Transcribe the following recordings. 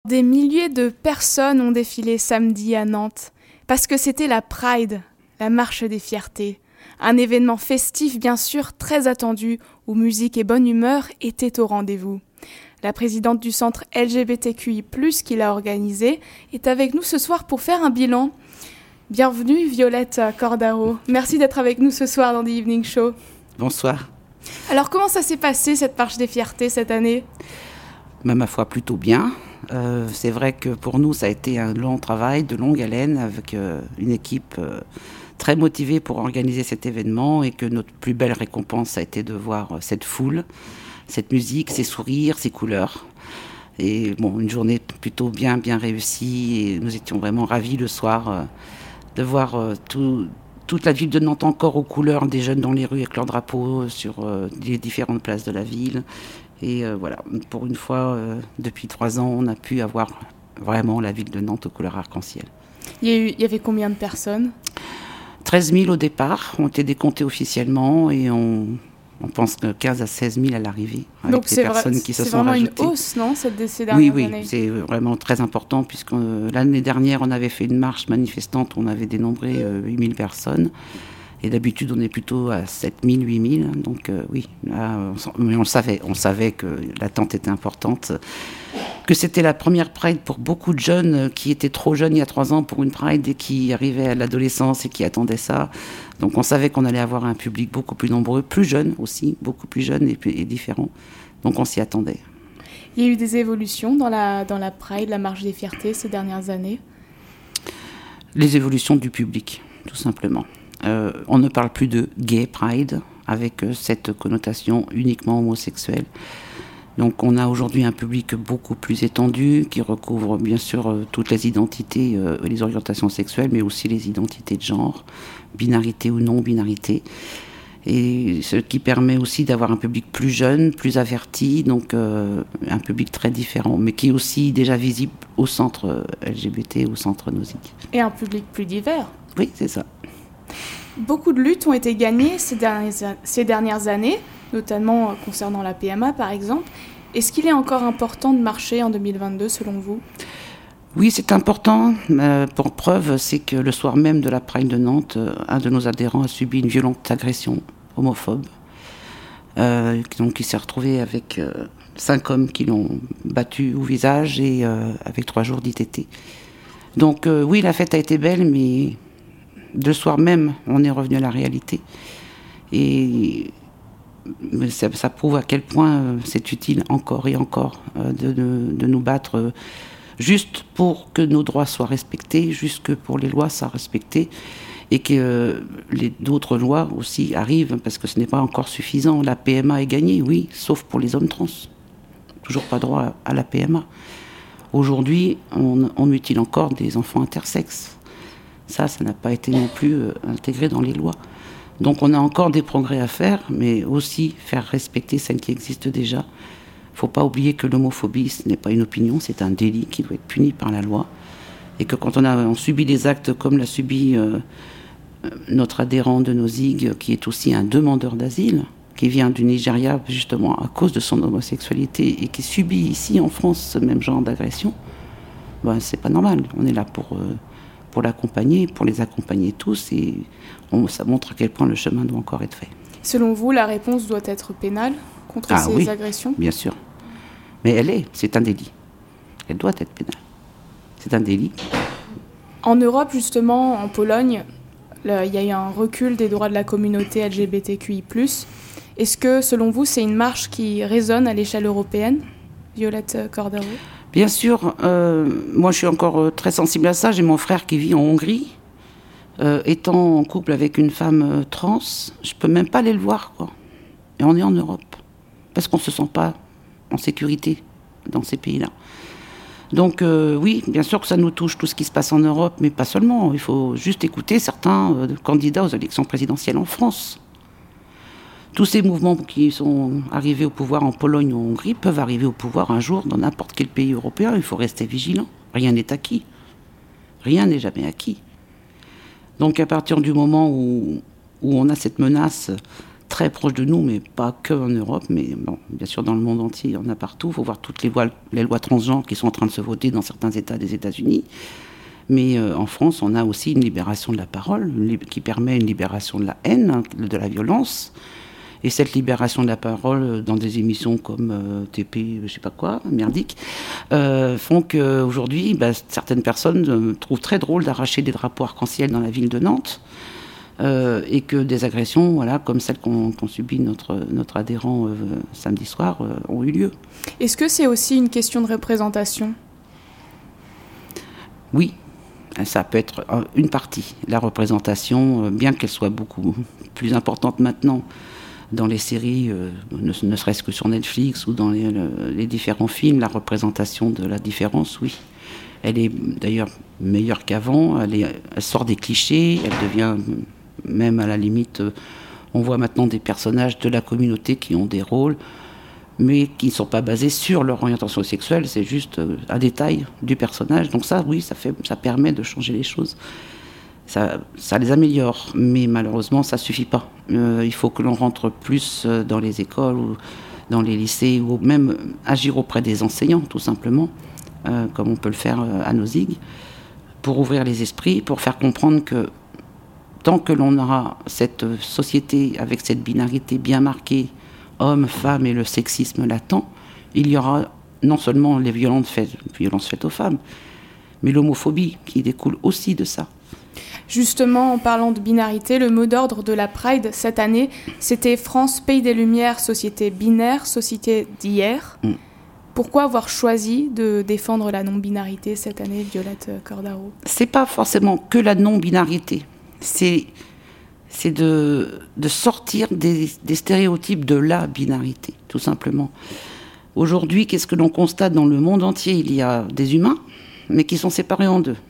Des milliers de personnes ont défilé samedi à Nantes, parce que c'était la Pride, la marche des fiertés. Un événement festif bien sûr, très attendu, où musique et bonne humeur étaient au rendez-vous. La présidente du centre LGBTQI+, qui l'a organisé, est avec nous ce soir pour faire un bilan. Bienvenue Violette Cordaro, merci d'être avec nous ce soir dans The Evening Show. Bonsoir. Alors comment ça s'est passé cette marche des fiertés cette année ? Ma foi, plutôt bien. C'est vrai que pour nous, ça a été un long travail, de longue haleine, avec une équipe très motivée pour organiser cet événement, et que notre plus belle récompense a été de voir cette foule, cette musique, ces sourires, ces couleurs. Et bon, une journée plutôt bien réussie, et nous étions vraiment ravis le soir de voir toute la ville de Nantes encore aux couleurs, des jeunes dans les rues avec leurs drapeaux sur les différentes places de la ville. Et voilà, pour une fois, depuis 3 ans, on a pu avoir vraiment la ville de Nantes aux couleurs arc-en-ciel. Il y avait combien de personnes ? 13 000 au départ, ont été décomptés officiellement, et on pense que 15 à 16 000 à l'arrivée. Donc c'est vraiment une hausse, non, ces dernières années ? Oui, c'est vraiment très important, puisque l'année dernière, on avait fait une marche manifestante, on avait dénombré 8 000 personnes. Et d'habitude, on est plutôt à 7 000, 8 000. Donc oui, là, mais on savait que l'attente était importante, que c'était la première Pride pour beaucoup de jeunes qui étaient trop jeunes il y a 3 ans pour une Pride et qui arrivaient à l'adolescence et qui attendaient ça. Donc on savait qu'on allait avoir un public beaucoup plus nombreux, plus jeune aussi, beaucoup plus jeune et différent. Donc on s'y attendait. Il y a eu des évolutions dans la Pride, la marche des fiertés ces dernières années ? Les évolutions du public, tout simplement. On ne parle plus de gay pride avec cette connotation uniquement homosexuelle. Donc on a aujourd'hui un public beaucoup plus étendu qui recouvre bien sûr toutes les identités et les orientations sexuelles, mais aussi les identités de genre, binarité ou non-binarité. Et ce qui permet aussi d'avoir un public plus jeune, plus averti, donc un public très différent, mais qui est aussi déjà visible au centre LGBT, au centre Nozick. Et un public plus divers. Oui, c'est ça. Beaucoup de luttes ont été gagnées ces dernières années, notamment concernant la PMA par exemple. Est-ce qu'il est encore important de marcher en 2022 selon vous ? Oui, c'est important. Pour preuve, c'est que le soir même de la Pride de Nantes, un de nos adhérents a subi une violente agression homophobe. Donc il s'est retrouvé avec 5 hommes qui l'ont battu au visage et avec 3 jours d'ITT. Donc oui, la fête a été belle, mais le soir même, on est revenu à la réalité. Et ça prouve à quel point c'est utile encore et encore de nous battre juste pour que nos droits soient respectés, juste que pour les lois soient respectées, et que d'autres lois aussi arrivent, parce que ce n'est pas encore suffisant. La PMA est gagnée, oui, sauf pour les hommes trans. Toujours pas droit à la PMA. Aujourd'hui, on mutile encore des enfants intersexes. Ça n'a pas été non plus intégré dans les lois. Donc on a encore des progrès à faire, mais aussi faire respecter celles qui existent déjà. Il ne faut pas oublier que l'homophobie, ce n'est pas une opinion, c'est un délit qui doit être puni par la loi. Et que quand on subit des actes comme l'a subi notre adhérent de Nozick, qui est aussi un demandeur d'asile, qui vient du Nigeria justement à cause de son homosexualité et qui subit ici en France ce même genre d'agression, c'est pas normal. On est là pour l'accompagner, pour les accompagner tous, et ça montre à quel point le chemin doit encore être fait. Selon vous, la réponse doit être pénale contre ces agressions ? Bien sûr. Mais c'est un délit. Elle doit être pénale. C'est un délit. En Europe, justement, en Pologne, il y a eu un recul des droits de la communauté LGBTQI+. Est-ce que, selon vous, c'est une marche qui résonne à l'échelle européenne ? Violette Cordaro ? Bien sûr, moi je suis encore très sensible à ça. J'ai mon frère qui vit en Hongrie. Étant en couple avec une femme trans, je peux même pas aller le voir, quoi. Et on est en Europe. Parce qu'on se sent pas en sécurité dans ces pays-là. Donc oui, bien sûr que ça nous touche, tout ce qui se passe en Europe, mais pas seulement. Il faut juste écouter certains candidats aux élections présidentielles en France. Tous ces mouvements qui sont arrivés au pouvoir en Pologne ou en Hongrie peuvent arriver au pouvoir un jour dans n'importe quel pays européen. Il faut rester vigilant. Rien n'est acquis. Rien n'est jamais acquis. Donc à partir du moment où on a cette menace très proche de nous, mais pas que en Europe, mais bon, bien sûr dans le monde entier, il y en a partout. Il faut voir toutes les lois transgenres qui sont en train de se voter dans certains États des États-Unis. Mais en France, on a aussi une libération de la parole qui permet une libération de la haine, hein, de la violence. Et cette libération de la parole dans des émissions comme TP, je sais pas quoi, merdique, font qu'aujourd'hui, certaines personnes trouvent très drôle d'arracher des drapeaux arc-en-ciel dans la ville de Nantes. Et que des agressions, voilà, comme celles qu'ont subi notre adhérent samedi soir, ont eu lieu. Est-ce que c'est aussi une question de représentation ? Oui, ça peut être une partie. La représentation, bien qu'elle soit beaucoup plus importante maintenant dans les séries, ne serait-ce que sur Netflix ou dans les différents films, la représentation de la différence, oui. Elle est d'ailleurs meilleure qu'avant, elle sort des clichés, elle devient... Même à la limite, on voit maintenant des personnages de la communauté qui ont des rôles, mais qui ne sont pas basés sur leur orientation sexuelle, c'est juste un détail du personnage. Donc ça, oui, ça permet de changer les choses. Ça les améliore, mais malheureusement, ça ne suffit pas. Il faut que l'on rentre plus dans les écoles ou dans les lycées, ou même agir auprès des enseignants, tout simplement, comme on peut le faire à Nozig, pour ouvrir les esprits, pour faire comprendre que tant que l'on aura cette société avec cette binarité bien marquée, homme, femme et le sexisme latent, il y aura non seulement les violences faites aux femmes, mais l'homophobie qui découle aussi de ça. Justement, en parlant de binarité, le mot d'ordre de la Pride cette année, c'était France, pays des Lumières, société binaire, société d'hier. Pourquoi avoir choisi de défendre la non-binarité cette année, Violette Cordaro ? C'est pas forcément que la non-binarité. C'est de sortir des stéréotypes de la binarité, tout simplement. Aujourd'hui, qu'est-ce que l'on constate dans le monde entier ? Il y a des humains, mais qui sont séparés en deux.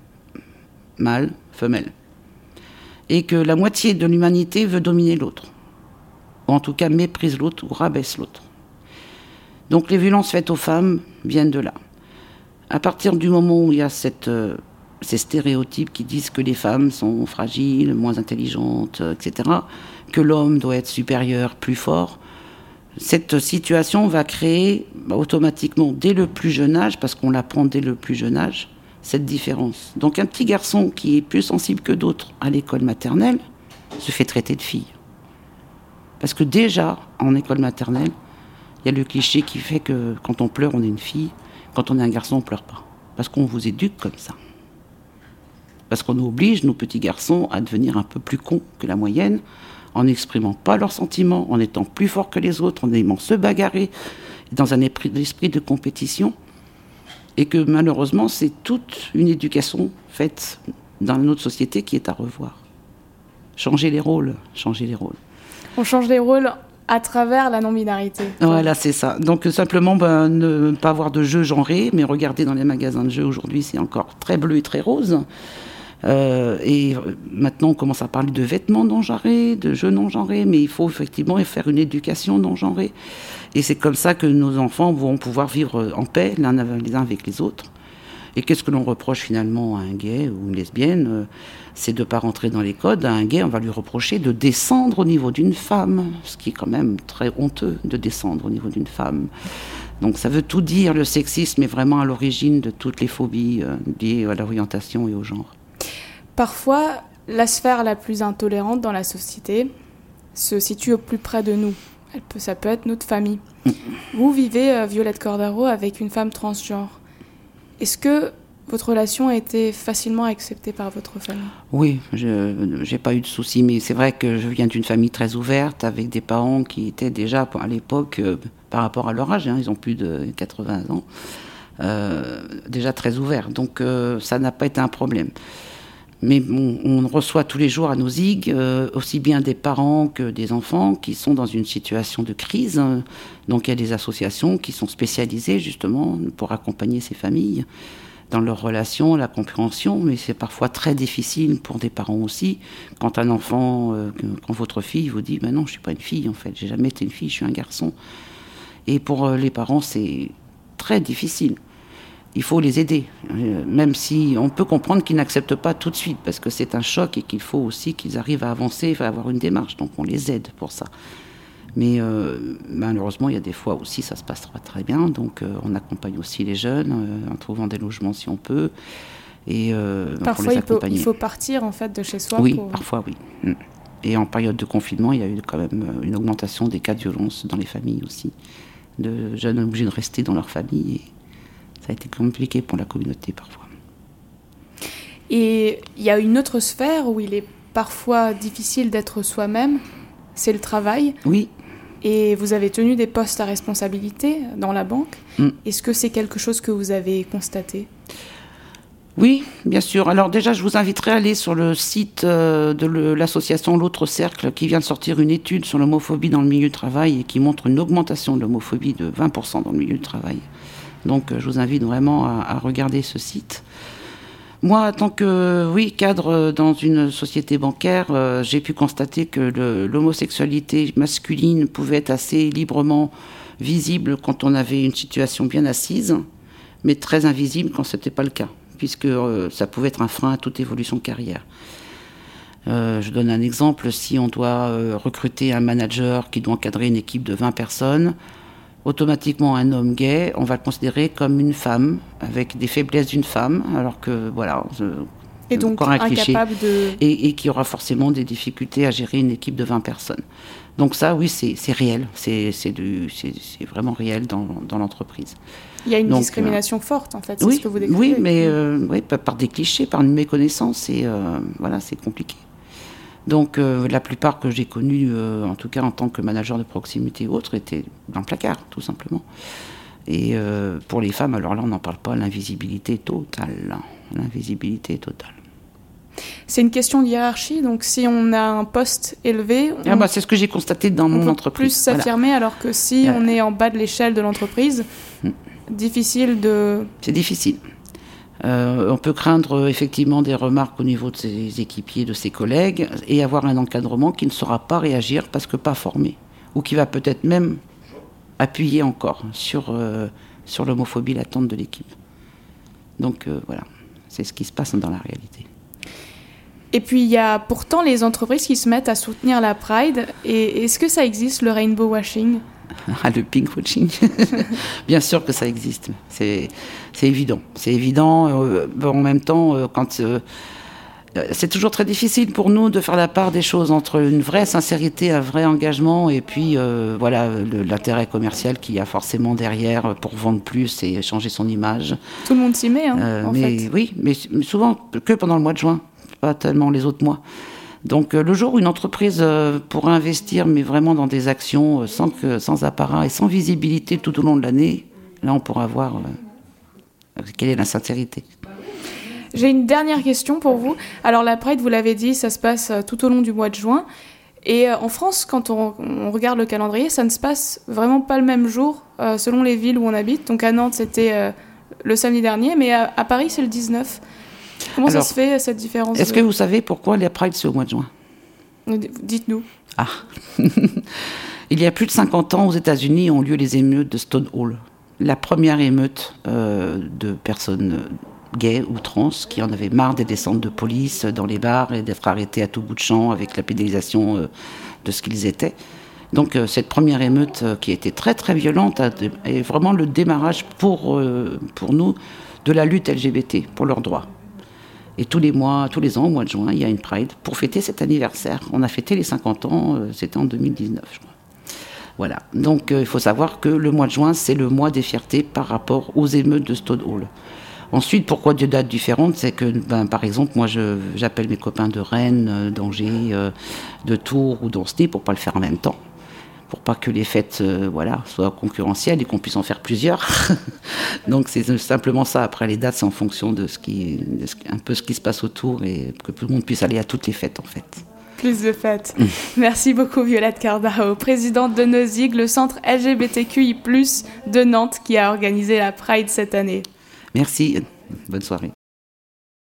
Mâle, femelle. Et que la moitié de l'humanité veut dominer l'autre. Ou en tout cas méprise l'autre ou rabaisse l'autre. Donc les violences faites aux femmes viennent de là. À partir du moment où il y a ces stéréotypes qui disent que les femmes sont fragiles, moins intelligentes, etc., que l'homme doit être supérieur, plus fort, cette situation va créer automatiquement, dès le plus jeune âge, parce qu'on l'apprend dès le plus jeune âge, cette différence. Donc un petit garçon qui est plus sensible que d'autres à l'école maternelle se fait traiter de fille. Parce que déjà, en école maternelle, il y a le cliché qui fait que quand on pleure, on est une fille, quand on est un garçon, on ne pleure pas. Parce qu'on vous éduque comme ça. Parce qu'on oblige nos petits garçons à devenir un peu plus cons que la moyenne, en n'exprimant pas leurs sentiments, en étant plus forts que les autres, en aimant se bagarrer, dans un esprit de compétition. Et que malheureusement, c'est toute une éducation faite dans notre société qui est à revoir. Changer les rôles. On change les rôles à travers la non-binarité. Voilà, c'est ça. Donc simplement, ne pas avoir de jeux genrés, mais regarder dans les magasins de jeux aujourd'hui, c'est encore très bleu et très rose. Et maintenant, on commence à parler de vêtements non-genrés, de jeux non-genrés, mais il faut effectivement faire une éducation non-genrée. Et c'est comme ça que nos enfants vont pouvoir vivre en paix, les uns avec les autres. Et qu'est-ce que l'on reproche finalement à un gay ou une lesbienne ? C'est de ne pas rentrer dans les codes. À un gay, on va lui reprocher de descendre au niveau d'une femme, ce qui est quand même très honteux de descendre au niveau d'une femme. Donc ça veut tout dire, le sexisme est vraiment à l'origine de toutes les phobies liées à l'orientation et au genre. Parfois, la sphère la plus intolérante dans la société se situe au plus près de nous. Ça peut être notre famille. Vous vivez, Violette Cordaro, avec une femme transgenre. Est-ce que votre relation a été facilement acceptée par votre famille ? Oui, je n'ai pas eu de soucis, mais c'est vrai que je viens d'une famille très ouverte, avec des parents qui étaient déjà, à l'époque, par rapport à leur âge, ils ont plus de 80 ans, déjà très ouverts. Donc ça n'a pas été un problème. Mais on reçoit tous les jours à Nozig aussi bien des parents que des enfants qui sont dans une situation de crise. Donc il y a des associations qui sont spécialisées justement pour accompagner ces familles dans leurs relations, la compréhension, mais c'est parfois très difficile pour des parents aussi. Quand un enfant, quand votre fille vous dit « non, je ne suis pas une fille en fait, j'ai jamais été une fille, je suis un garçon ». Et pour les parents, c'est très difficile. il faut les aider, même si on peut comprendre qu'ils n'acceptent pas tout de suite, parce que c'est un choc et qu'il faut aussi qu'ils arrivent à avancer, à avoir une démarche. Donc on les aide pour ça. Mais malheureusement, il y a des fois aussi, ça se passe pas très bien. Donc on accompagne aussi les jeunes en trouvant des logements si on peut. Et parfois, pour les accompagner. Il faut partir en fait de chez soi. Oui, parfois, oui. Et en période de confinement, il y a eu quand même une augmentation des cas de violence dans les familles aussi, de jeunes obligés de rester dans leur famille. Et ça a été compliqué pour la communauté parfois. Et il y a une autre sphère où il est parfois difficile d'être soi-même, c'est le travail. Oui. Et vous avez tenu des postes à responsabilité dans la banque. Est-ce que c'est quelque chose que vous avez constaté ? Oui, bien sûr. Alors déjà, je vous inviterai à aller sur le site de l'association L'Autre Cercle, qui vient de sortir une étude sur l'homophobie dans le milieu du travail et qui montre une augmentation de l'homophobie de 20% dans le milieu du travail. Donc je vous invite vraiment à regarder ce site. Moi, en tant que cadre dans une société bancaire, j'ai pu constater que l'homosexualité masculine pouvait être assez librement visible quand on avait une situation bien assise, mais très invisible quand ce n'était pas le cas, puisque ça pouvait être un frein à toute évolution de carrière. Je donne un exemple, si on doit recruter un manager qui doit encadrer une équipe de 20 personnes, automatiquement un homme gay, on va le considérer comme une femme, avec des faiblesses d'une femme, alors que voilà... Et donc incapable de... Et qui aura forcément des difficultés à gérer une équipe de 20 personnes. Donc ça, oui, c'est réel, c'est vraiment réel dans l'entreprise. Il y a une discrimination forte, en fait, c'est ce que vous décrivez. Oui, mais par des clichés, par une méconnaissance, et voilà, c'est compliqué. Donc la plupart que j'ai connus, en tout cas en tant que manager de proximité ou autre, étaient dans le placard, tout simplement. Et pour les femmes, alors là, on n'en parle pas, l'invisibilité totale. L'invisibilité totale. C'est une question de hiérarchie, donc si on a un poste élevé... c'est ce que j'ai constaté dans mon entreprise. On peut plus s'affirmer, alors que si on est en bas de l'échelle de l'entreprise, difficile de... C'est difficile. On peut craindre effectivement des remarques au niveau de ses équipiers, de ses collègues, et avoir un encadrement qui ne saura pas réagir parce que pas formé, ou qui va peut-être même appuyer encore sur l'homophobie latente de l'équipe. Donc voilà, c'est ce qui se passe dans la réalité. Et puis il y a pourtant les entreprises qui se mettent à soutenir la Pride, et est-ce que ça existe, le rainbow washing ? Le pink washing, bien sûr que ça existe, c'est évident. C'est évident, en même temps, c'est toujours très difficile pour nous de faire la part des choses entre une vraie sincérité, un vrai engagement, et puis l'intérêt commercial qu'il y a forcément derrière pour vendre plus et changer son image. Tout le monde s'y met, en fait. Oui, mais souvent que pendant le mois de juin, pas tellement les autres mois. Donc le jour où une entreprise pourra investir, mais vraiment dans des actions sans apparat et sans visibilité tout au long de l'année, là on pourra voir quelle est la sincérité. J'ai une dernière question pour vous. Alors la Pride, vous l'avez dit, ça se passe tout au long du mois de juin. Et en France, quand on regarde le calendrier, ça ne se passe vraiment pas le même jour selon les villes où on habite. Donc à Nantes, c'était le samedi dernier, mais à Paris, c'est le 19. Comment ça se fait, cette différence ? Est-ce que vous savez pourquoi la Pride, c'est au mois de juin ? Dites-nous. Il y a plus de 50 ans, aux États-Unis, ont lieu les émeutes de Stonewall. La première émeute de personnes gays ou trans qui en avaient marre des descentes de police dans les bars et d'être arrêtés à tout bout de champ avec la pénalisation de ce qu'ils étaient. Donc cette première émeute qui a été très très violente est vraiment le démarrage pour nous de la lutte LGBT, pour leurs droits. Et tous les ans, au mois de juin, il y a une Pride pour fêter cet anniversaire. On a fêté les 50 ans, c'était en 2019, je crois. Voilà. Donc il faut savoir que le mois de juin, c'est le mois des fiertés par rapport aux émeutes de Stonewall. Ensuite, pourquoi des dates différentes ? C'est que, par exemple, moi, j'appelle mes copains de Rennes, d'Angers, de Tours ou d'Ancenis pour pas le faire en même temps. Pour pas que les fêtes soient concurrentielles et qu'on puisse en faire plusieurs. Donc c'est simplement ça. Après les dates, c'est en fonction de un peu ce qui se passe autour et que tout le monde puisse aller à toutes les fêtes en fait. Plus de fêtes. Merci beaucoup Violette Cardao, présidente de Nozig, le centre LGBTQI+, de Nantes qui a organisé la Pride cette année. Merci, bonne soirée.